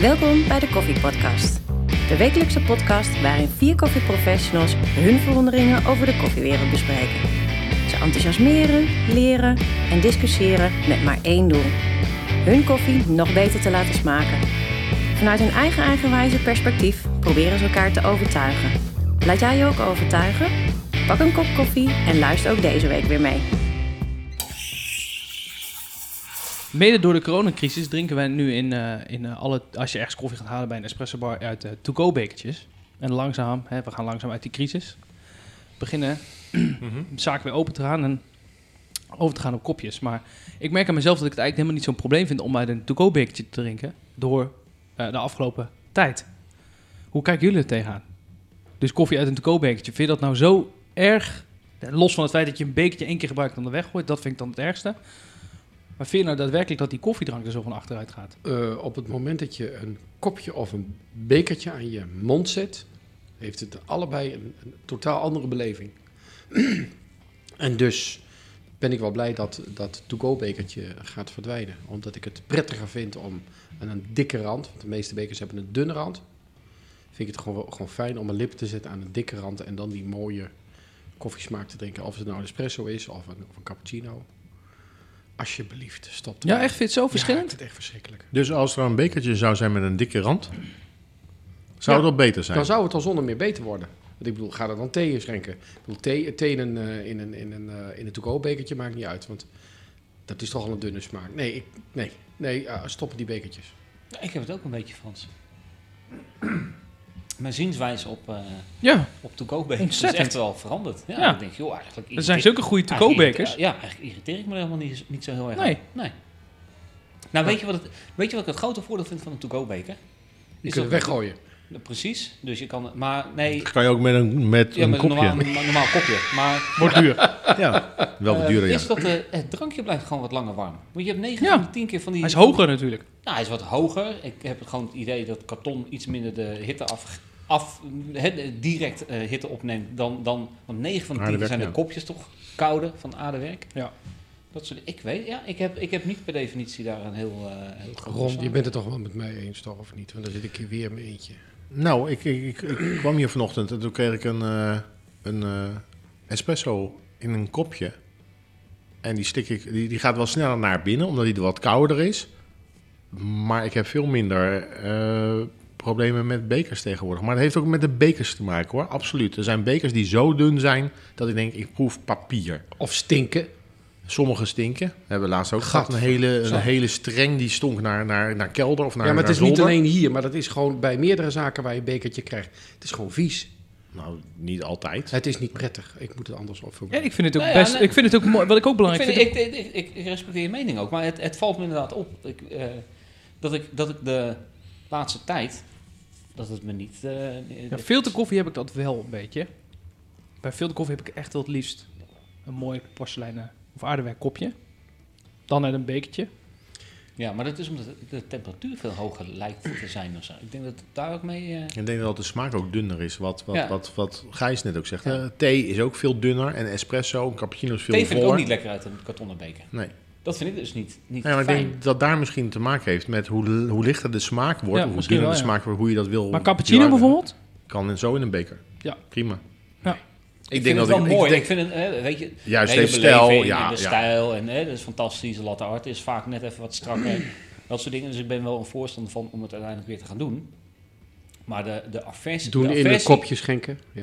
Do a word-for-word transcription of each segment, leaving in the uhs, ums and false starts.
Welkom bij de Koffie Podcast. De wekelijkse podcast waarin vier koffieprofessionals hun verwonderingen over de koffiewereld bespreken. Ze enthousiasmeren, leren en discussiëren met maar één doel: hun koffie nog beter te laten smaken. Vanuit hun eigen eigenwijze perspectief proberen ze elkaar te overtuigen. Laat jij je ook overtuigen? Pak een kop koffie en luister ook deze week weer mee. Mede door de coronacrisis drinken wij nu in, uh, in uh, alle... Als je ergens koffie gaat halen bij een espresso bar uit uh, to-go bekertjes. En langzaam, hè, we gaan langzaam uit die crisis. Beginnen mm-hmm. de zaak weer open te gaan en over te gaan op kopjes. Maar ik merk aan mezelf dat ik het eigenlijk helemaal niet zo'n probleem vind om uit een to-go bekertje te drinken door uh, de afgelopen tijd. Hoe kijken jullie er tegenaan? Dus koffie uit een to-go bekertje, vind je dat nou zo erg? Los van het feit dat je een bekertje één keer gebruikt en dan weggooit, dat vind ik dan het ergste. Maar vind je nou daadwerkelijk dat die koffiedrank er zo van achteruit gaat? Uh, op het moment dat je een kopje of een bekertje aan je mond zet, heeft het allebei een, een totaal andere beleving. En dus ben ik wel blij dat dat to-go bekertje gaat verdwijnen. Omdat ik het prettiger vind om aan een dikke rand, want de meeste bekers hebben een dunne rand, vind ik het gewoon, gewoon fijn om mijn lippen te zetten aan een dikke rand en dan die mooie koffiesmaak te drinken. Of het nou een espresso is of een, of een cappuccino. Alsjeblieft, stop. Ja, echt? Vind je het zo verschillend? Ja, ik vind het echt verschrikkelijk. Dus als er een bekertje zou zijn met een dikke rand, zou ja, het wel beter zijn? Dan zou het al zonder meer beter worden. Want ik bedoel, ga er dan thee in schenken. Ik bedoel, thee, thee in een, uh, in een, in een, uh, in een to-go bekertje maakt niet uit, want dat is toch al een dunne smaak. Nee, ik, nee, nee uh, stoppen die bekertjes. Ja, ik heb het ook een beetje, Frans. Mijn zienswijze op, uh, ja. op to-go-bekers is echt wel veranderd. Ja, ja. Ik denk, joh, eigenlijk... Er zijn zulke goede to-go-bekers. Ja, eigenlijk irriteer ik me helemaal niet, niet zo heel erg. Nee. nee. Nou, weet je, wat het, weet je wat ik het grote voordeel vind van een to-go-beker? Je kunt het weggooien. Het, precies, dus je kan... Maar nee... Dat kan je ook met een, met ja, een met kopje. Een normaal, een normaal kopje, maar... Wordt duur. Ja, wel wat duurder, uh, ja. Is dat uh, het drankje blijft gewoon wat langer warm. Want je hebt negen van de tien keer van die... Hij is hoger natuurlijk. Nou, hij is wat hoger. Ik heb gewoon het idee dat karton iets minder de hitte af... af he, direct uh, hitte opneemt dan, dan... Want negen van de tien zijn de ja. kopjes toch kouder van aardewerk. Ja. Dat soort, ik weet, ja, ik heb, ik heb niet per definitie daar een heel, uh, heel groot Ron, je bent het toch wel met mij eens, toch, of niet? Want dan zit ik hier weer in mijn eentje. Nou, ik, ik, ik, ik kwam hier vanochtend en toen kreeg ik een, uh, een uh, espresso in een kopje. En die, stik ik, die, die gaat wel sneller naar binnen, omdat die wat kouder is. Maar ik heb veel minder... Uh, problemen met bekers tegenwoordig. Maar dat heeft ook met de bekers te maken, hoor. Absoluut. Er zijn bekers die zo dun zijn dat ik denk, ik proef papier. Of stinken. Sommige stinken. We hebben laatst ook gehad een hele, een hele streng die stonk naar, naar, naar kelder of naar Ja, maar naar het is zolder. niet alleen hier, maar dat is gewoon bij meerdere zaken waar je een bekertje krijgt. Het is gewoon vies. Nou, niet altijd. Het is niet prettig. Ik moet het anders opvoeren. Ja, ik vind het ook nou ja, best... nee. Ik vind het ook mooi. Wat ik ook belangrijk ik vind. vind... Ik, ik, ik, ik respecteer je mening ook, maar het, het valt me inderdaad op. Ik, uh, dat, ik, dat ik de laatste tijd... Dat het me niet... Uh, ja, filterkoffie heb ik dat wel een beetje. Bij filterkoffie heb ik echt wel het liefst een mooi porseleinen of aardewerk kopje. Dan uit een bekertje. Ja, maar dat is omdat de temperatuur veel hoger lijkt te zijn of zo. Ik denk dat het daar ook mee... Uh... Ik denk dat de smaak ook dunner is. Wat, wat, ja. wat, wat Gijs net ook zegt. Ja. Uh, thee is ook veel dunner en espresso, een cappuccino is veel voller. Thee vind ik ook niet lekker uit een kartonnen beker. Nee. Dat vind ik dus niet, niet ja, maar fijn. Ik denk dat daar misschien te maken heeft met hoe, hoe lichter de smaak wordt. Ja, of hoe dunner de smaak wordt, hoe je dat wil. Maar cappuccino bijvoorbeeld? Kan zo in een beker. Ja. Prima. Ja. Ik, ik vind het wel ik, mooi. Ik, denk, ik vind het, hè, weet je... Juist, de stijl. Ja, de ja. stijl en hè, dat is fantastisch. De latte art is vaak net even wat strakker. Dat soort dingen. Dus ik ben wel een voorstander van om het uiteindelijk weer te gaan doen. Maar de, de aversie... Doen de in aversie, een kopje schenken. Ja.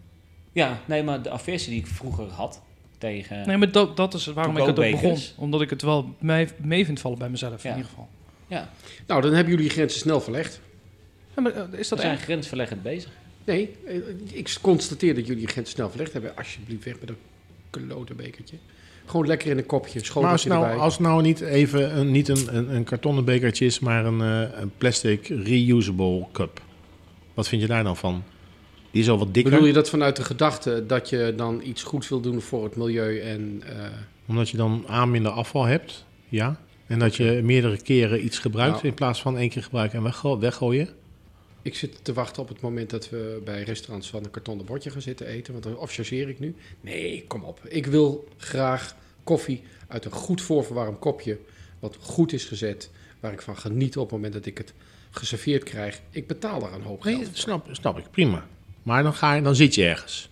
ja, nee, maar de aversie die ik vroeger had... Tegen nee, maar dat, dat is waarom ik het ook begon. Omdat ik het wel mee, mee vind vallen bij mezelf, ja. in ieder geval. Ja. Nou, dan hebben jullie grenzen snel verlegd. Ja, maar is dat We zijn grensverleggend bezig. Nee, ik constateer dat jullie grenzen snel verlegd hebben. Alsjeblieft weg met een klote bekertje. Gewoon lekker in een kopje, schoteltje maar als nou, erbij. Als het nou niet even een, niet een, een, een kartonnen bekertje is, maar een, uh, een plastic reusable cup. Wat vind je daar dan van? Die is al wat dikker. Bedoel je dat vanuit de gedachte dat je dan iets goeds wil doen voor het milieu en... Uh... Omdat je dan A, minder afval hebt, ja. En dat je meerdere keren iets gebruikt nou, in plaats van één keer gebruiken en weggo- weggooien. Ik zit te wachten op het moment dat we bij restaurants van een kartonnen bordje gaan zitten eten. Want of chargeer ik nu? Nee, kom op. Ik wil graag koffie uit een goed voorverwarmd kopje. Wat goed is gezet. Waar ik van geniet op het moment dat ik het geserveerd krijg, ik betaal daar een hoop geld Nee, voor. snap, snap ik, prima. Maar dan, ga je, dan zit je ergens.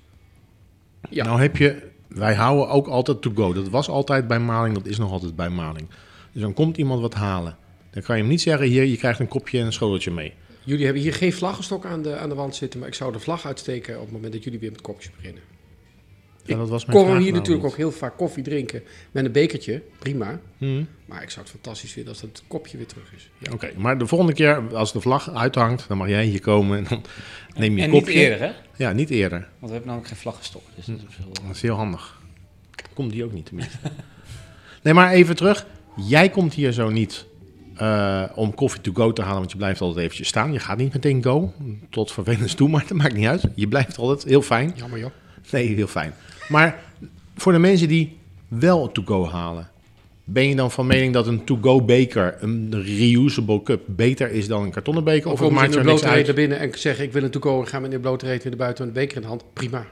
Ja. Nou heb je, wij houden ook altijd to go. Dat was altijd bij maling, dat is nog altijd bij maling. Dus dan komt iemand wat halen. Dan kan je hem niet zeggen, hier, je krijgt een kopje en een schoteltje mee. Jullie hebben hier geen vlaggenstok aan de, aan de wand zitten, maar ik zou de vlag uitsteken op het moment dat jullie weer met kopjes beginnen. Ja, dat was Ik mijn kom vraag hier nou natuurlijk niet. ook heel vaak koffie drinken met een bekertje, prima. Hm. Maar ik zou het fantastisch vinden als dat kopje weer terug is. Ja. Oké, maar de volgende keer als de vlag uithangt, dan mag jij hier komen en dan neem je En een kopje. niet eerder, hè? Ja, niet eerder. Want we hebben namelijk geen vlaggenstok. Dus dat is wel... Dat is heel handig. Komt die ook niet tenminste. Nee, maar even terug. Jij komt hier zo niet uh, om koffie to go te halen, want je blijft altijd eventjes staan. Je gaat niet meteen go, tot vervelend toe, maar dat maakt niet uit. Je blijft altijd heel fijn. Jammer joh. Nee, heel fijn. Maar voor de mensen die wel to go halen, ben je dan van mening dat een to go beker, een reusable cup, beter is dan een kartonnen beker? Of Of, komen het ze in maakt de er blote niks reet naar uit? binnen en zeggen ik wil een to-go en gaan we in de blote reet weer naar buiten met een beker in de hand. Prima.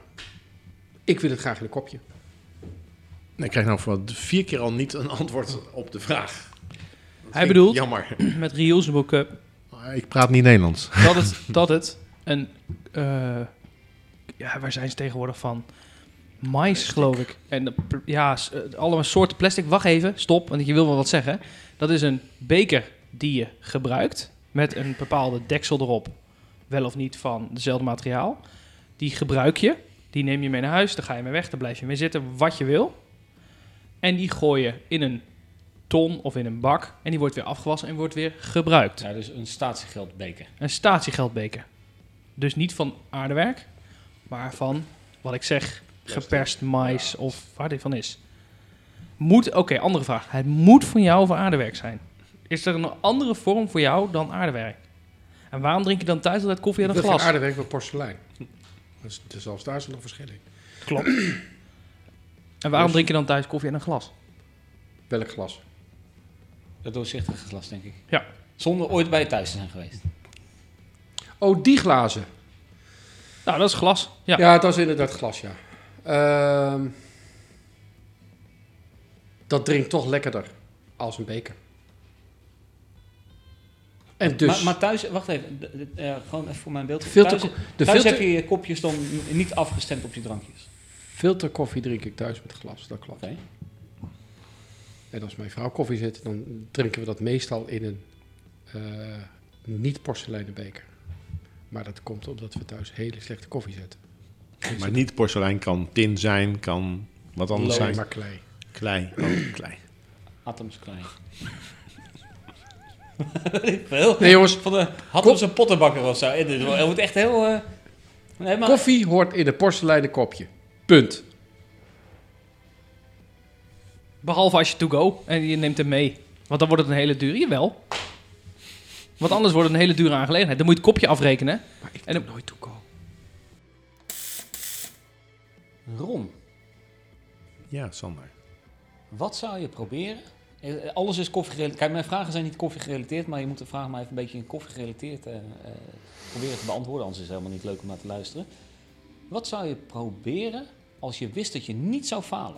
Ik wil het graag in een kopje. Nee, ik krijg nou voor vier keer al niet een antwoord op de vraag. Hij bedoelt, Jammer. met reusable cup, Ik praat niet Nederlands. dat het, dat het een... eh, ja, waar zijn ze tegenwoordig van? Mais, geloof ik. En de pl- ja, s- eh, allemaal soorten plastic. Wacht even, stop, want je wil wel wat zeggen. Dat is een beker die je gebruikt met een bepaalde deksel erop. Wel of niet van dezelfde materiaal. Die gebruik je, die neem je mee naar huis, daar ga je mee weg, daar blijf je mee zitten, wat je wil. En die gooi je in een ton of in een bak en die wordt weer afgewassen en wordt weer gebruikt. Ja, dus een statiegeldbeker. Een statiegeldbeker. Dus niet van aardewerk, maar van, wat ik zeg, geperst mais of waar dit van is. Moet, oké, okay, andere vraag. Het moet van jou voor aardewerk zijn. Is er een andere vorm voor jou dan aardewerk? En waarom drink je dan thuis altijd koffie uit Ik een wil geen glas? aardewerk met porselein. Dus, dus zelfs daar is er nog verschil in. Klopt. En waarom drink je dan thuis koffie uit een glas? Welk glas? Dat doorzichtige glas, denk ik. Ja. Zonder ooit bij je thuis te zijn geweest. Oh, die glazen. Nou, dat is glas. Ja. Ja, dat is inderdaad glas, ja. Ehm, dat drinkt toch lekkerder als een beker. En dus... Maar, maar thuis, wacht even, d- d- uh, gewoon even voor mijn beeld. Filter- thuis de thuis filter- heb je je kopjes dan n- niet afgestemd op je drankjes. filterkoffie drink ik thuis met glas, dat klopt. Oké. En als mijn vrouw koffie zet, dan drinken we dat meestal in een uh, niet porseleinen beker. Maar dat komt omdat we thuis hele slechte koffie zetten. Maar niet porselein, kan tin zijn, kan wat anders Alleen zijn. maar klei. Klei. Oh, klei. Atoms klein. Veel. Nee jongens, Van de Atoms een pottenbakker of zo. Het wordt echt heel... Uh, nee, maar, koffie hoort in een porseleinen kopje. Punt. Behalve als je to go en je neemt hem mee. Want dan wordt het een hele dure. Jawel. Want anders wordt het een hele dure aangelegenheid. Dan moet je het kopje afrekenen. Maar ik En doe dan- nooit to go. Ron, Ja, Sander. wat zou je proberen? Eh, Alles is koffie gerelateerd. Kijk, mijn vragen zijn niet koffie gerelateerd, maar je moet de vraag maar even een beetje in koffie gerelateerd uh, uh, proberen te beantwoorden. Anders is het helemaal niet leuk om naar te luisteren. Wat zou je proberen als je wist dat je niet zou falen?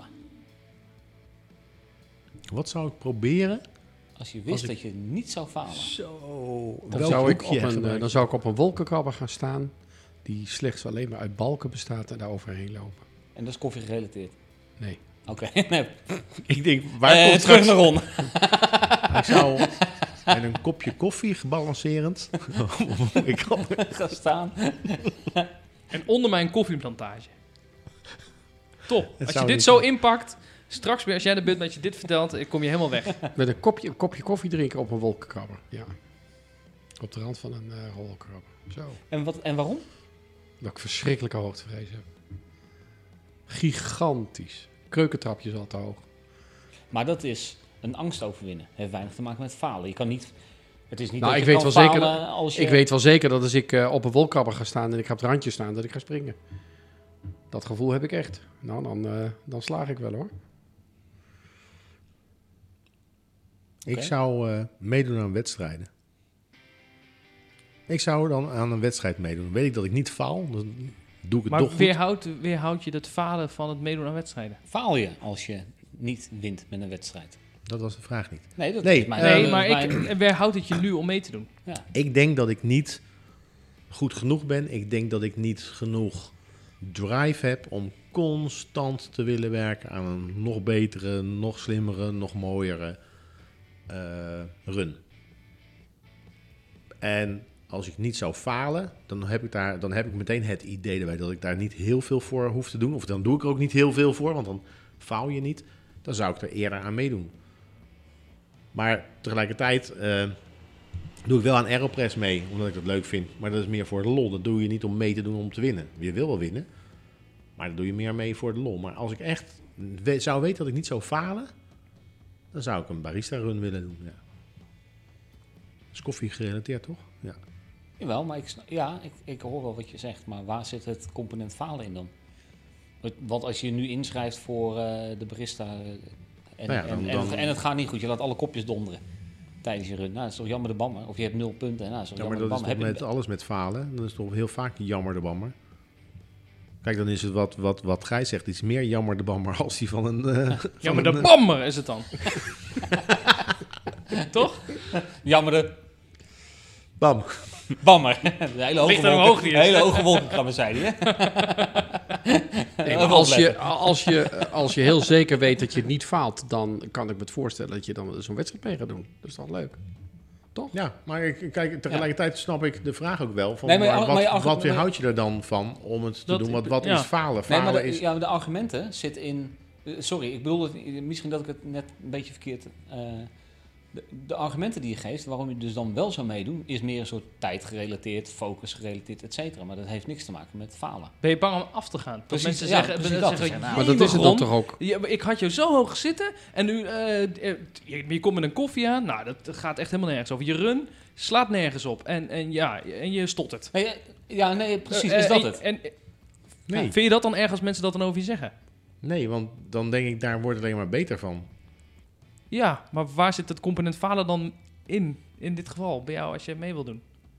Wat zou ik proberen? Als je wist Als ik- dat je niet zou falen. Zo. Dan zou, ik op een, uh, dan zou ik op een wolkenkrabber gaan staan die slechts alleen maar uit balken bestaat en daar overheen lopen. En dat is koffie gerelateerd. Nee. Oké, nee. Ik denk, waar Eh, komt terug straks... naar Ron. Ik zou met een kopje koffie gebalancerend. ik kan... Ga staan. En onder mijn koffieplantage. Top. Als je zou dit niet zo zijn. inpakt, straks weer als jij er bent dat je dit vertelt, eh, kom je helemaal weg. Met een kopje, een kopje koffie drinken op een wolkenkrabber. Ja. Op de rand van een uh, wolkenkrabber. Zo. En, wat, en waarom? Dat ik verschrikkelijke hoogtevrees heb. Gigantisch. Kreukentrapjes al te hoog. Maar dat is een angst overwinnen. Het heeft weinig te maken met falen. Je kan niet... Het is niet Nou, dat ik je weet kan wel zeker falen als je... Ik weet wel zeker dat als ik uh, op een wolkenkrabber ga staan en ik ga op het randje staan, dat ik ga springen. Dat gevoel heb ik echt. Nou, dan, uh, dan slaag ik wel hoor. Ik Oké. zou uh, meedoen aan wedstrijden. Ik zou dan aan een wedstrijd meedoen. Weet ik dat ik niet faal, dan doe ik het Maar toch goed. weerhoud, weerhoud je het falen van het meedoen aan wedstrijden? Faal je als je niet wint met een wedstrijd? Dat was de vraag niet. Nee, dat Nee, is mijn... Nee, eh, maar mijn- ik, en waar houdt het je nu om mee te doen? Ik denk dat ik niet goed genoeg ben. Ik denk dat ik niet genoeg drive heb om constant te willen werken aan een nog betere, nog slimmere, nog mooiere eh, run. En als ik niet zou falen, dan heb ik, daar, dan heb ik meteen het idee erbij dat ik daar niet heel veel voor hoef te doen. Of dan doe ik er ook niet heel veel voor, want dan faal je niet. Dan zou ik er eerder aan meedoen. Maar tegelijkertijd uh, doe ik wel aan Aeropress mee, omdat ik dat leuk vind. Maar dat is meer voor de lol. Dat doe je niet om mee te doen om te winnen. Je wil wel winnen, maar dan doe je meer mee voor de lol. Maar als ik echt we- zou weten dat ik niet zou falen, dan zou ik een barista run willen doen. Ja. Dat is koffie gerelateerd, toch? Ja. Jawel, maar ik, sna- ja, ik, ik hoor wel wat je zegt. Maar waar zit het component falen in dan? Want als je je nu inschrijft voor uh, de barista uh, en, Nou ja, dan- en, dan- en, en het gaat niet goed, je laat alle kopjes donderen tijdens je run. Nou, dat is toch jammer de bammer. Of je hebt nul punten. Nou, dat is toch Ja, maar jammer dat de is bammer. toch Heb met je- alles met falen. Dat is toch heel vaak jammer de bammer. Kijk, dan is het wat, wat, wat Gijs zegt. Het is meer jammer de bammer als die van een... Uh, Ja, maar de bammer is het dan. Toch? Jammer de Bam. bammer. De hele hoge Ligt aan hoe wolken, hoog die de is. hele hoge wolkenkrabber, zei hij. hè? Nee, maar Even als, je, opletten. als, je, als je heel zeker weet dat je niet faalt, dan kan ik me het voorstellen dat je dan zo'n wedstrijd mee gaat doen. Dat is toch leuk? Ja, maar ik, kijk, tegelijkertijd snap ik de vraag ook wel. Van, Nee, maar je maar ar- wat, maar je argu- wat maar- weerhoudt je er dan van om het te Dat- doen? Wat, wat ja. is falen? Nee, Falen maar de, is... ja, de argumenten zitten in... eh, Sorry, ik bedoel, het, misschien dat ik het net een beetje verkeerd... eh, de, de argumenten die je geeft, waarom je dus dan wel zou meedoen, is meer een soort tijdgerelateerd, focusgerelateerd, et cetera. Maar dat heeft niks te maken met falen. Ben je bang om af te gaan? Dat Precies, mensen ja, zeggen, precies dat dat. zeggen Ja, nou, Maar dat is het dan "Jemig, toch ook? Ron, ja, ik had je zo hoog zitten en nu, eh, eh, je, je komt met een koffie aan. Nou, dat gaat echt helemaal nergens over. Je run slaat nergens op en, en ja, en je stottert. Nee, eh, ja, nee, precies, Eh, is dat en- het? En, Nee, Vind je dat dan erg als mensen dat dan over je zeggen? nee, want dan denk ik, daar wordt het alleen maar beter van. Ja, maar waar zit het component falen dan in? In dit geval, bij jou, als je mee wil doen.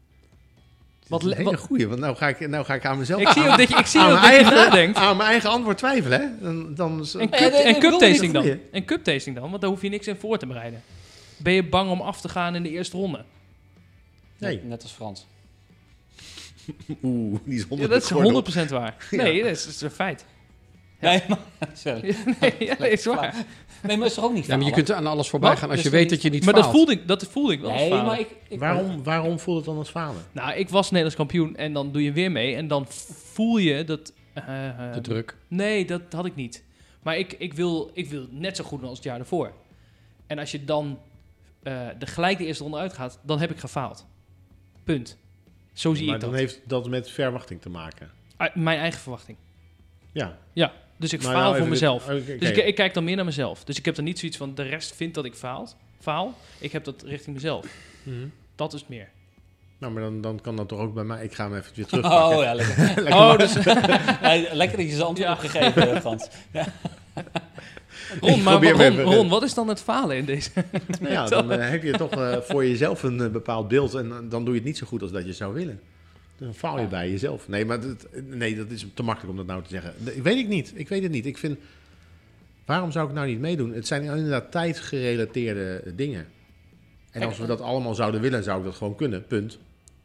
Wat Wat een le- hele wat- goeie, want nou ga ik, nou ga ik aan mezelf... Ik zie ook dat je, ik zie aan, ook mijn dat je eigen, nadenkt. aan mijn eigen antwoord twijfelen, hè? Dan, dan, is- En Ja, cup, nee, nee, en ik bedoel cuptasting niet dan? goeie. En cuptasting dan? Want daar hoef je niks in voor te bereiden. Ben je bang om af te gaan in de eerste ronde? Nee. Net, net als Frans. Oeh, die is Ja, honderd dat is honderd procent waar. Ja. Nee, dat is, dat is een feit. Ja. Nee, maar, sorry. Nee, ja, dat is waar. Nee, maar is toch ook niet Ja, maar je falen? kunt aan alles voorbij Wat? gaan als je Dus weet niet- dat je niet Maar faalt. dat voelde ik, dat voelde ik wel als Nee, falen. maar ik... ik Waarom, waarom voelt het dan als falen? Nou, ik was Nederlands kampioen en dan doe je weer mee. En dan voel je dat... eh, eh, De druk. Nee, dat had ik niet. Maar ik, ik, wil, ik wil net zo goed doen als het jaar ervoor. En als je dan eh de gelijk de eerste ronde uitgaat, dan heb ik gefaald. Punt. Zo zie Maar ik dat. dan heeft dat met verwachting te maken. Uit mijn eigen verwachting. Ja. Ja, dus ik Nou, faal nou, voor even mezelf. dit- oké, Dus ik, oké. ik kijk dan meer naar mezelf. Dus ik heb er niet zoiets van, de rest vindt dat ik faalt, faal. Ik heb dat richting mezelf. Mhm. Dat is het meer. Nou, maar dan, dan kan dat toch ook bij mij. Ik ga hem even weer terugpakken. Oh ja, lekker. Oh, dus Nee, lekker dat je ze antwoord Ja. hebt gegeven, eh, Frans. Ron, maar, probeer maar me Ron, even- Ron, wat is dan het falen in deze? Nou ja, dan eh, heb je toch eh, voor jezelf een eh, bepaald beeld. En eh, dan doe je het niet zo goed als dat je zou willen. Dan faal je Ja. bij jezelf. Nee, maar dat, nee, dat is te makkelijk om dat nou te zeggen. Nee, weet ik niet. Ik weet het niet. Ik vind... Waarom zou ik nou niet meedoen? Het zijn inderdaad tijdgerelateerde dingen. En Kijk, als we dat allemaal zouden willen, zou ik dat gewoon kunnen. Punt.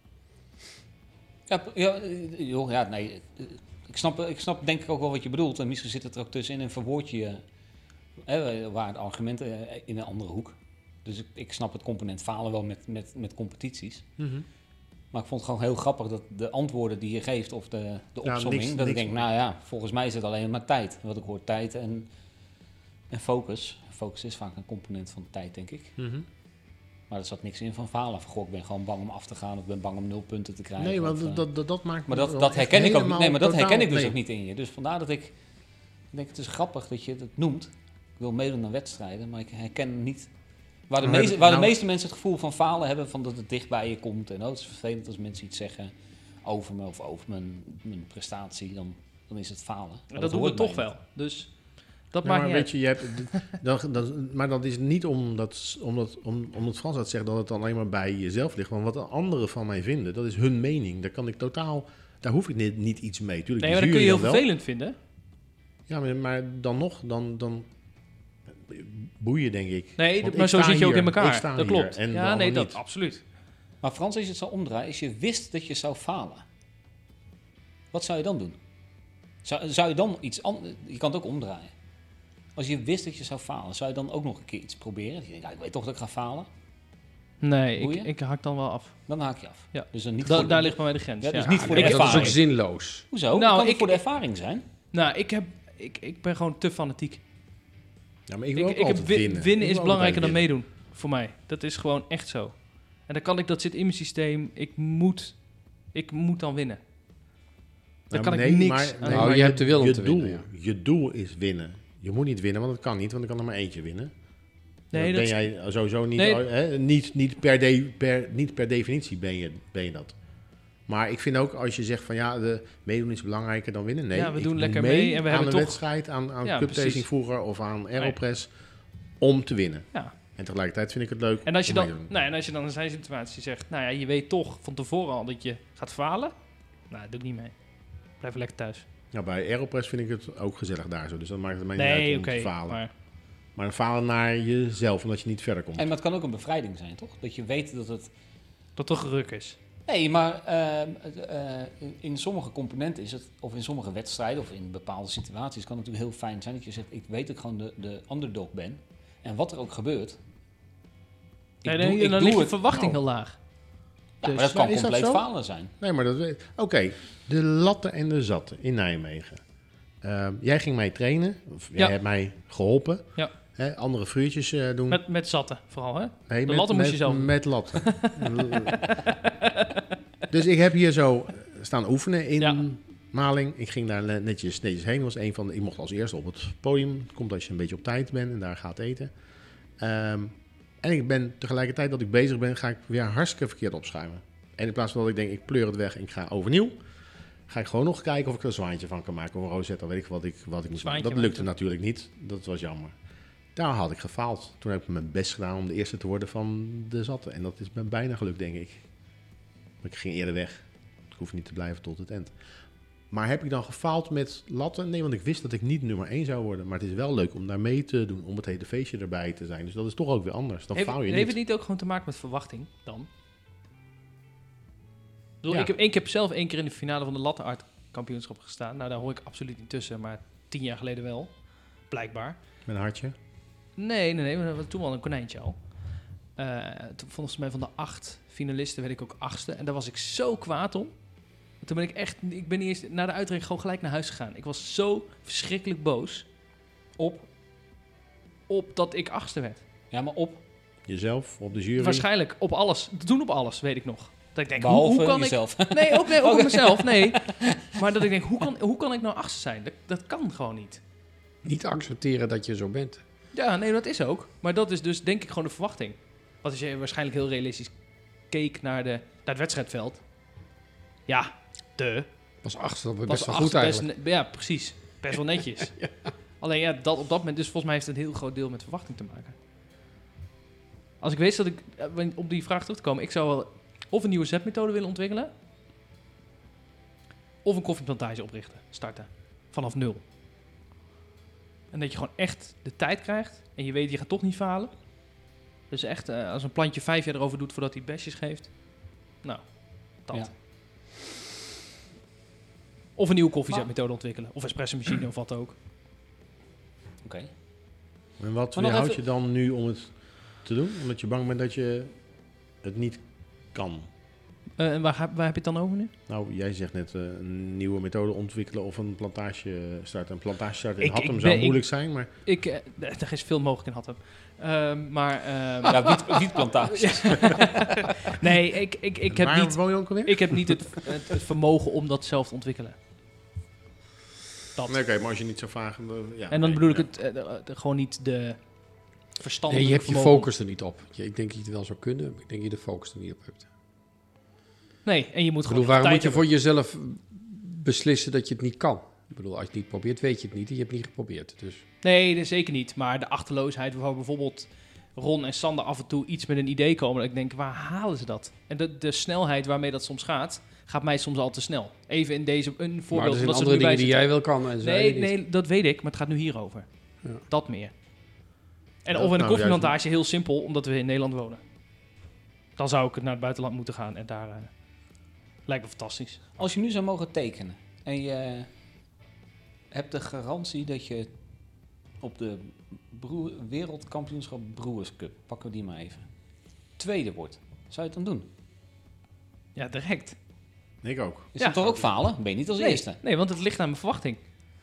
Ja, p- ja, eh, joh, ja, nee. eh, Ik snap, ik snap denk ik ook wel wat je bedoelt. En misschien zit het er ook tussenin en verwoord je eh, waar het argument eh, in een andere hoek. Dus ik, ik snap het component falen wel met, met, met competities. Maar ik vond het gewoon heel grappig dat de antwoorden die je geeft of de, de Ja, opsomming, niks- dat ik niks- denk, nou ja, volgens mij is het alleen maar tijd. Wat ik hoor, tijd en, en focus. Focus is vaak een component van tijd, denk ik. Maar er zat niks in van falen. Van, goh, ik ben gewoon bang om af te gaan of ik ben bang om nul punten te krijgen. Nee, want of, eh, dat, dat, dat maakt maar me dat, wel dat echt herken ik ook helemaal Nee, maar dat totaal- herken ik dus nee. ook niet in je. Dus vandaar dat ik, ik denk, het is grappig dat je het noemt. Ik wil meedoen aan wedstrijden, maar ik herken niet... Waar de, Maar meeste, heb- waar de nou- meeste mensen het gevoel van falen hebben, van dat het dicht bij je komt. En oh, het is vervelend als mensen iets zeggen over me of over mijn, mijn prestatie, dan, dan is het falen. Maar dat doen we hoort toch bij wel. Dus dat Ja, maakt maar niet weet uit. je, je hebt, dan, dan, maar dat is niet omdat, omdat, om, omdat Frans had zegt dat het dan alleen maar bij jezelf ligt. Want wat de anderen van mij vinden, dat is hun mening. Daar kan ik totaal, daar hoef ik niet, niet iets mee. Tuurlijk, Nee, die maar dat kun je heel jury dan wel. vervelend vinden. Ja, maar, maar dan nog, dan, dan boeien, denk ik. Nee, Want maar ik zo sta zit je ook hier, in elkaar. ik sta Dat hier klopt. en de Ja, ander nee, dat niet. absoluut. Maar Frans, als je het zou omdraaien, als je wist dat je zou falen, wat zou je dan doen? Zou, zou je dan iets anders... Je kan het ook omdraaien. Als je wist dat je zou falen, zou je dan ook nog een keer iets proberen? Dat je denkt, ja, ik weet toch dat ik ga falen? Nee, ik, Boeien? ik haak dan wel af. Dan haak je af. Ja. Dus dan niet Da- voor de- daar ligt bij mij de grens. Ja, Ja, dus niet voor de Nee, dat is ook ervaring. zinloos. Hoezo? Nou, kan het ik- voor de ervaring zijn? Nou, ik, heb, ik, ik ben gewoon te fanatiek. Ja, maar ik Ik, wil ook ik heb altijd wi- winnen. winnen Ik is wil belangrijker dan altijd meedoen. Voor mij. Dat is gewoon echt zo. En dan kan ik, dat zit in mijn systeem. Ik moet, ik moet dan winnen. Daar Ja, kan maar ik nee, niks maar- aan nee, Nou, doen. je hebt de wil om je te doel, winnen, Je doel is winnen. Je moet niet winnen, want dat kan niet, want ik kan er maar eentje winnen. Nee, Dan dat ben jij sowieso niet, Nee. hè, niet, niet, per de, per, niet per definitie ben je, ben je dat. Maar ik vind ook, als je zegt van ja, de meedoen is belangrijker dan winnen. Nee, Ja, we ik doen doe lekker mee mee en we aan hebben een toch- wedstrijd, aan, aan Ja, cup precies. tasting vroeger of aan Aeropress om te winnen. Ja. En tegelijkertijd vind ik het leuk En als je om dan, mee te doen. nou, en als je dan in zijn situatie zegt, nou ja, je weet toch van tevoren al dat je gaat falen. Nou, doe ik niet mee. Blijf lekker thuis. Ja, bij Aeropress vind ik het ook gezellig daar zo. Dus dat maakt het mij niet uit Nee, om oké. te falen. Maar, maar een falen naar jezelf, omdat je niet verder komt. En maar het kan ook een bevrijding zijn, toch? Dat je weet dat het... dat toch geruk is. Nee, maar eh, eh, in, in sommige componenten is het, of in sommige wedstrijden, of in bepaalde situaties, kan het natuurlijk heel fijn zijn dat je zegt, ik weet dat ik gewoon de, de underdog ben. En wat er ook gebeurt, ik Nee, doe, dan ik dan doe ligt je het. verwachting Nou. heel laag. Ja, Dus- maar dat Maar kan is dat compleet zo? falen zijn. Nee, maar dat weet Oké, de latten en de zatten in Nijmegen. Ehm, jij ging mij trainen, of jij Ja. hebt mij geholpen. Ja. Hè, andere vuurtjes eh, doen. Met, met zatten vooral, hè? nee, de latten moest je met, zelf doen. Met latten. Dus ik heb hier zo staan oefenen in Ja. Maling. Ik ging daar netjes, netjes heen. Was een van de, ik mocht als eerste op het podium. Het komt als je een beetje op tijd bent en daar gaat eten. Ehm, en ik ben tegelijkertijd dat ik bezig ben, ga ik weer hartstikke verkeerd opschuimen. En in plaats van dat ik denk, ik pleur het weg en ik ga overnieuw, ga ik gewoon nog kijken of ik er een zwaantje van kan maken. Of een rosette, wat ik wat ik, wat ik moest doen. Zwaantje Dat lukte maken. natuurlijk niet. Dat was jammer. Daar had ik gefaald. Toen heb ik mijn best gedaan om de eerste te worden van de zatten. En dat is me bijna gelukt, denk ik. Maar ik ging eerder weg. Ik hoef niet te blijven tot het eind. Maar heb ik dan gefaald met latten? Nee, want ik wist dat ik niet nummer één zou worden. Maar het is wel leuk om daar mee te doen, om het hele feestje erbij te zijn. Dus dat is toch ook weer anders. Dan Heeft, faal je heeft niet. het niet ook gewoon te maken met verwachting dan? Ik, bedoel, Ja. ik, heb, ik heb zelf één keer in de finale van de lattenart kampioenschap gestaan. Nou, daar hoor ik absoluut niet tussen, maar tien jaar geleden wel. Blijkbaar. Met een hartje. Nee, nee, nee. We hadden toen wel een konijntje al. Eh, toen, volgens mij van de acht finalisten werd ik ook achtste. En daar was ik zo kwaad om. Toen ben ik echt... Ik ben niet eens na de uitreiking gewoon gelijk naar huis gegaan. Ik was zo verschrikkelijk boos op, op dat ik achtste werd. Ja, maar op, Jezelf, op de jury. Waarschijnlijk op alles. Toen op alles, weet ik nog. Dat ik denk, hoe, behalve hoe kan jezelf. ik... Nee, ook, nee, ook op Oké. mezelf, nee. Maar dat ik denk, hoe kan, hoe kan ik nou achtste zijn? Dat, dat kan gewoon niet. Niet accepteren dat je zo bent. Ja, nee, dat is ook. Maar dat is dus denk ik gewoon de verwachting. Want als je waarschijnlijk heel realistisch keek naar, de, naar het wedstrijdveld. Ja, de. Was achter dat Was best wel acht goed best eigenlijk. ne- ja, precies. Best wel netjes. Alleen ja, dat op dat moment, dus volgens mij heeft het een heel groot deel met verwachting te maken. Als ik wist dat ik, eh, op die vraag terug te komen, ik zou wel of een nieuwe zetmethode willen ontwikkelen, of een koffieplantage oprichten, starten, vanaf nul. En dat je gewoon echt de tijd krijgt en je weet, je gaat toch niet falen. Dus echt, eh, als een plantje vijf jaar erover doet voordat hij besjes geeft, nou, dat. Ja. Of een nieuwe koffiezetmethode ontwikkelen, of espresso machine of wat ook. Oké. En wat Maar nog weerhoudt even- je dan nu om het te doen? Omdat je bang bent dat je het niet kan. Eh, en waar, ga- waar heb je het dan over nu? Nou, jij zegt net eh, een nieuwe methode ontwikkelen of een plantage starten. Een plantage starten in Ik- Hattem ik zou ben- moeilijk zijn, maar Ik, eh, er is veel mogelijk in Hattem. Ehm, maar, ehm, Ja, wiet, wietplantages. nee, ik, ik, ik heb waar niet, woon je ook alweer? ik heb niet het, het, het vermogen om dat zelf te ontwikkelen. Dat. Nee, Oké, maar als je niet zo vaag... dan- ja, En dan nee, bedoel ik ja. het eh, de- de- gewoon niet de Nee, verstandelijke je hebt je vermogen. focus er niet op. Je- Ik denk dat je het wel zou kunnen, maar ik denk dat je de focus er niet op hebt. Nee, en je moet Ik gewoon bedoel, waarom tijd moet je voor jezelf beslissen dat je het niet kan? Ik bedoel, als je het niet probeert, weet je het niet. En je hebt het niet geprobeerd. Dus Nee, dat zeker niet. Maar de achterloosheid waar bijvoorbeeld Ron en Sander af en toe iets met een idee komen. Dat ik denk, waar halen ze dat? En de, de snelheid waarmee dat soms gaat, gaat mij soms al te snel. Even in deze een maar voorbeeld. er zijn omdat ze andere er nu dingen die bij jij wel kan en zij zitten. niet. Nee, nee, dat weet ik, maar het gaat nu hierover. Ja. Dat meer. En Ja, of in een nou, koffieplantage, heel simpel, omdat we in Nederland wonen. Dan zou ik naar het buitenland moeten gaan en daar... Uh, lijkt me fantastisch. Als je nu zou mogen tekenen en je hebt de garantie dat je op de broer, wereldkampioenschap Brewers Cup, pakken we die maar even, tweede wordt, zou je het dan doen? Ja, direct. Ik ook. Is Ja. dat toch ook falen? Ben je niet als Nee, eerste? nee, want het ligt aan mijn verwachting.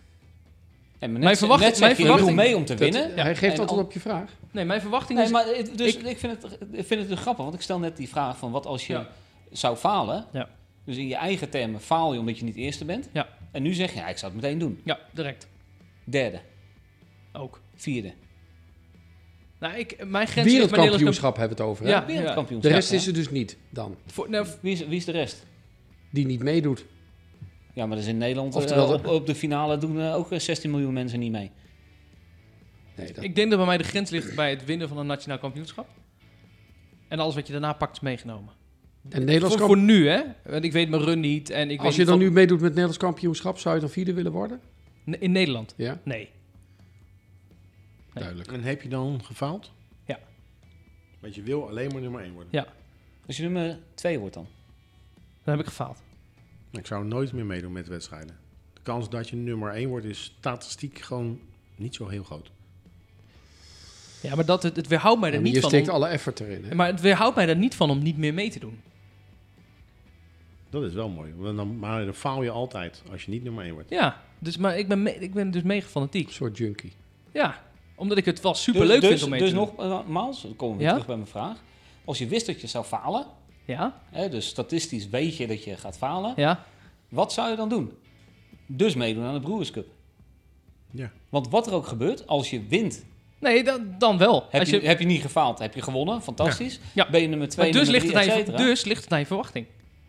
En net, Mijn verwachting- net zeg mijn je, je doet verwachting- mee om te Dat- winnen. hij geeft En antwoord al- op je vraag. Nee, mijn verwachting Nee, is... maar het- dus ik- ik, vind het, ik vind het dus grappig, want ik stel net die vraag van wat als je Ja. zou falen. Ja. Dus in je eigen termen faal je omdat je niet eerste bent. Ja. En nu zeg je, ja, ik zou het meteen doen. Ja, direct. Derde, Ook. vierde. Nou, ik, mijn grens ligt bij Nederlands Wereldkampioenschap hebben we het over. Hè? Ja. Wereldkampioenschap. De rest ja. is er dus niet dan. Voor, nou, Wie is, wie is de rest? Die niet meedoet. Ja, maar dat is in Nederland. Oftewel eh, de- op, op de finale doen eh, ook eh, zestien miljoen mensen niet mee. Nee, dat, ik denk dat bij mij de grens ligt bij het winnen van een nationaal kampioenschap. En alles wat je daarna pakt is meegenomen. en Nederlands Voor, kamp- voor nu, hè? Want ik weet mijn run niet. En ik Als weet je niet dan van- nu meedoet met het Nederlands kampioenschap, zou je dan vierde willen worden? In Nederland? Ja, Nee. duidelijk. En heb je dan gefaald? Ja. Want je wil alleen maar nummer één worden. Ja. Als je nummer twee wordt dan. Dan heb ik gefaald. Ik zou nooit meer meedoen met wedstrijden. De kans dat je nummer één wordt is statistiek gewoon niet zo heel groot. Ja, maar dat, het, het weerhoudt mij er Ja, maar niet je van steekt om, alle effort erin. Hè? maar het weerhoudt mij er niet van om niet meer mee te doen. Dat is wel mooi. Want dan, maar dan faal je altijd als je niet nummer één wordt. Ja, dus, maar ik ben, me- ik ben dus mega fanatiek. Een soort junkie. Ja, omdat ik het wel super leuk dus, vind dus, om mee dus te doen. nog, uh, Maals, dan komen we weer Ja? terug bij mijn vraag. Als je wist dat je zou falen, Ja, hè, dus statistisch weet je dat je gaat falen, ja. wat zou je dan doen? Dus meedoen aan de Brewers Cup. Ja. Want wat er ook gebeurt, als je wint, Nee, dan, dan wel. heb, Als je, je, heb je niet gefaald, heb je gewonnen, fantastisch. Ja. Ben je nummer twee, maar dus nummer ligt, het drie, aan et je, cetera. dus ligt het aan je verwachting.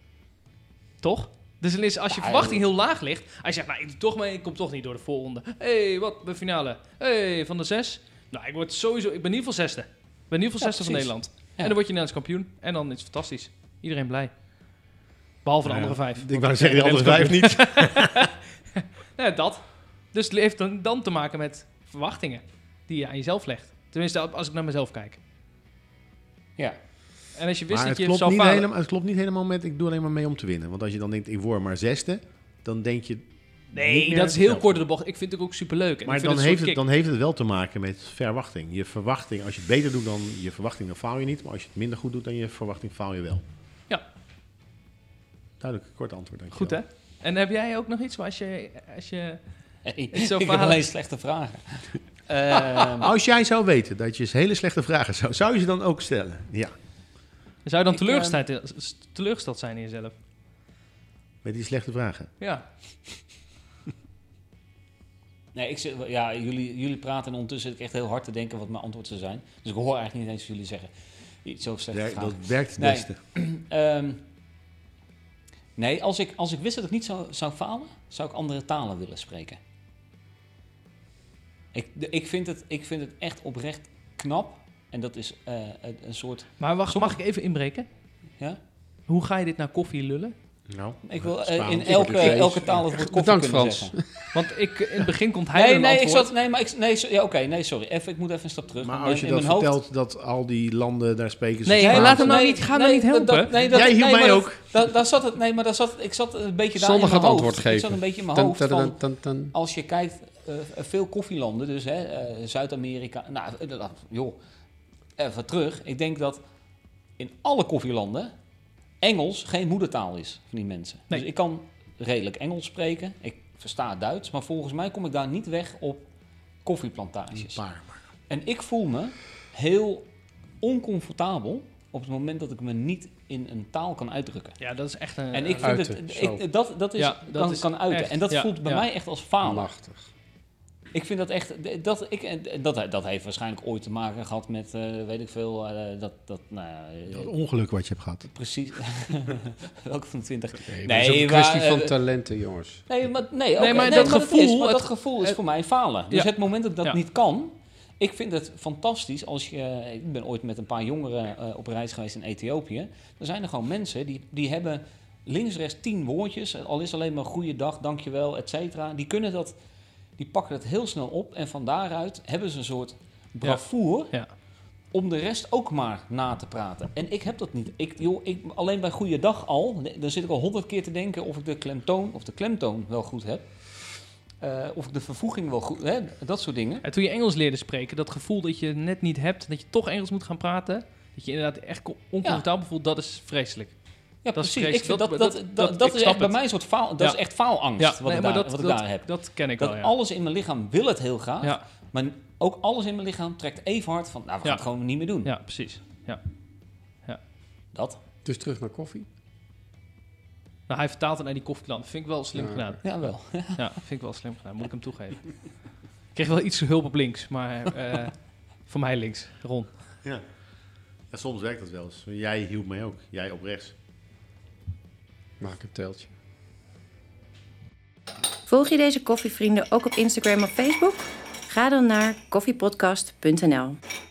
Toch? Dus dan is, als je Ja, verwachting joh. heel laag ligt, als je zegt, nou, ik doe toch mee, ik kom toch niet door de voorronde. Hé, hey, wat, de finale. Hé, hey, van de zes. Nou, ik word sowieso, ik ben in ieder geval zesde. Ik ben in ieder geval Ja, zesde van precies. Nederland. Ja. En dan word je Nederlands kampioen. En dan is het fantastisch. Iedereen blij. Behalve de Nou ja, andere vijf. Ik wou zeggen, die andere vijf niet. Ja, dat. Dus het heeft dan, dan te maken met verwachtingen die je aan jezelf legt. Tenminste, als ik naar mezelf kijk. Ja. En als je wist Maar dat het je klopt, zou niet falen... helemaal, het klopt niet helemaal met, ik doe alleen maar mee om te winnen. Want als je dan denkt, ik word maar zesde, dan denk je... niet Nee, meer dat is heel hetzelfde. kort door de bocht. Ik vind het ook superleuk. En Maar ik vind dan een heeft, soort het, kick. dan heeft het wel te maken met verwachting. Je verwachting, als je het beter doet dan je verwachting, dan faal je niet. Maar als je het minder goed doet dan je verwachting, faal je wel. Ja. Duidelijk, kort antwoord. Dankjewel. Goed, hè? En heb jij ook nog iets als je... Als je Hey, Is zo ik heb verhaal- alleen slechte vragen. Ehm, Als jij zou weten dat je hele slechte vragen zou, zou je ze dan ook stellen? Ja. zou je dan Ik, teleurgesteld, teleurgesteld zijn in jezelf? Met die slechte vragen. Ja. nee, ik zit, ja, jullie, jullie praten en ondertussen zit ik echt heel hard te denken wat mijn antwoord zou zijn. Dus ik hoor eigenlijk niet eens wat jullie zeggen. Iets over slechte Werk- vragen. dat werkt het Nee. beste. Ehm, nee, als ik, als ik wist dat ik niet zou, zou falen, zou ik andere talen willen spreken. Ik, de- ik, vind het, ik vind het echt oprecht knap. En dat is eh, een, een soort... Maar wacht, Sommige- mag ik even inbreken? Ja? Hoe ga je dit naar koffie lullen? Nou, Ik wil eh, Spaans, in elke, Portugees. elke taal het woord koffie Bedankt, kunnen Frans. zeggen. Want ik, in het begin komt hij Nee, met nee, een ik antwoord. zat, nee, maar ik, nee, so- ja, oké, nee, sorry. Even, ik moet even een stap terug. maar Want als je in dat mijn hoofd- vertelt dat al die landen daar spreken ze Nee, Spaans. hij laat hem nou Nee, niet, ga nee, hem niet dat- helpen. dat- nee, dat- Jij hielp nee, mij maar dat- ook. Daar, daar zat het, nee, maar daar zat, ik zat een beetje daar Sander in mijn gaat hoofd. antwoord Ik geven. zat een beetje in mijn Tan, hoofd tan, van, tan, tan. als je kijkt, uh, veel koffielanden, dus hè, uh, Zuid-Amerika, nou, uh, joh, even terug. Ik denk dat in alle koffielanden Engels geen moedertaal is van die mensen. Nee. Dus ik kan redelijk Engels spreken, ik versta Duits, maar volgens mij kom ik daar niet weg op koffieplantages. Maar, maar. En ik voel me heel oncomfortabel op het moment dat ik me niet in een taal kan uitdrukken. Ja, dat is echt een... En ik vind uiten, het, zo. ik, dat, dat is, Ja, dat kan, is kan uiten. echt, en dat ja, voelt bij ja. mij echt als falen. Machtig. Ik vind dat echt, dat, ik, en dat, dat heeft waarschijnlijk ooit te maken gehad met, uh, weet ik veel, uh, dat, dat, nou ja, Dat ongeluk wat je hebt gehad. precies. Welke van de twintig? Nee, Nee, het is een maar, kwestie van eh, talenten, jongens. Nee, maar, nee, oké, Nee, maar nee, dat maar gevoel, is, maar het- dat gevoel is het- voor mij falen. Dus Ja. het moment dat ik dat Ja. niet kan, ik vind het fantastisch als je... Ik ben ooit met een paar jongeren uh, op reis geweest in Ethiopië. Er zijn er gewoon mensen die, die hebben links, rechts tien woordjes. Al is alleen maar goeiedag, dankjewel, et cetera. Die kunnen dat... Die pakken het heel snel op en van daaruit hebben ze een soort bravoer Ja. om de rest ook maar na te praten. En ik heb dat niet. Ik, joh, ik, alleen bij Goeiedag al, dan zit ik al honderd keer te denken of ik de klemtoon of de klemtoon wel goed heb. Uh, of ik de vervoeging wel goed heb, dat soort dingen. En toen je Engels leerde spreken, dat gevoel dat je net niet hebt, dat je toch Engels moet gaan praten, dat je inderdaad echt oncomfortabel voelt, dat is vreselijk. Ja, dat precies. Is ik vind dat, dat, dat, dat, dat, dat ik is echt bij het. mij een soort faal, dat ja. is echt faalangst ja, wat, nee, ik, daar, dat, wat ik dat, daar heb. Dat ken ik dat wel, ja. alles in mijn lichaam wil het heel graag, ja. maar ook alles in mijn lichaam trekt even hard van, nou, we gaan ja. het gewoon niet meer doen. Ja, precies. Ja. Ja. Dat. Dus terug naar koffie. Nou, hij vertaalt het naar die koffieklant. Vind ik wel slim Ja, gedaan. Ja, wel. Ja, vind ik wel slim gedaan. Moet ik hem toegeven. Ik kreeg wel iets hulp op links, maar uh, voor mij links. Ron. Ja. Ja, soms werkt dat wel eens. Jij hielp mij ook. Jij op rechts. Maak een teltje. Volg je deze koffievrienden ook op Instagram of Facebook? Ga dan naar koffiepodcast punt n l.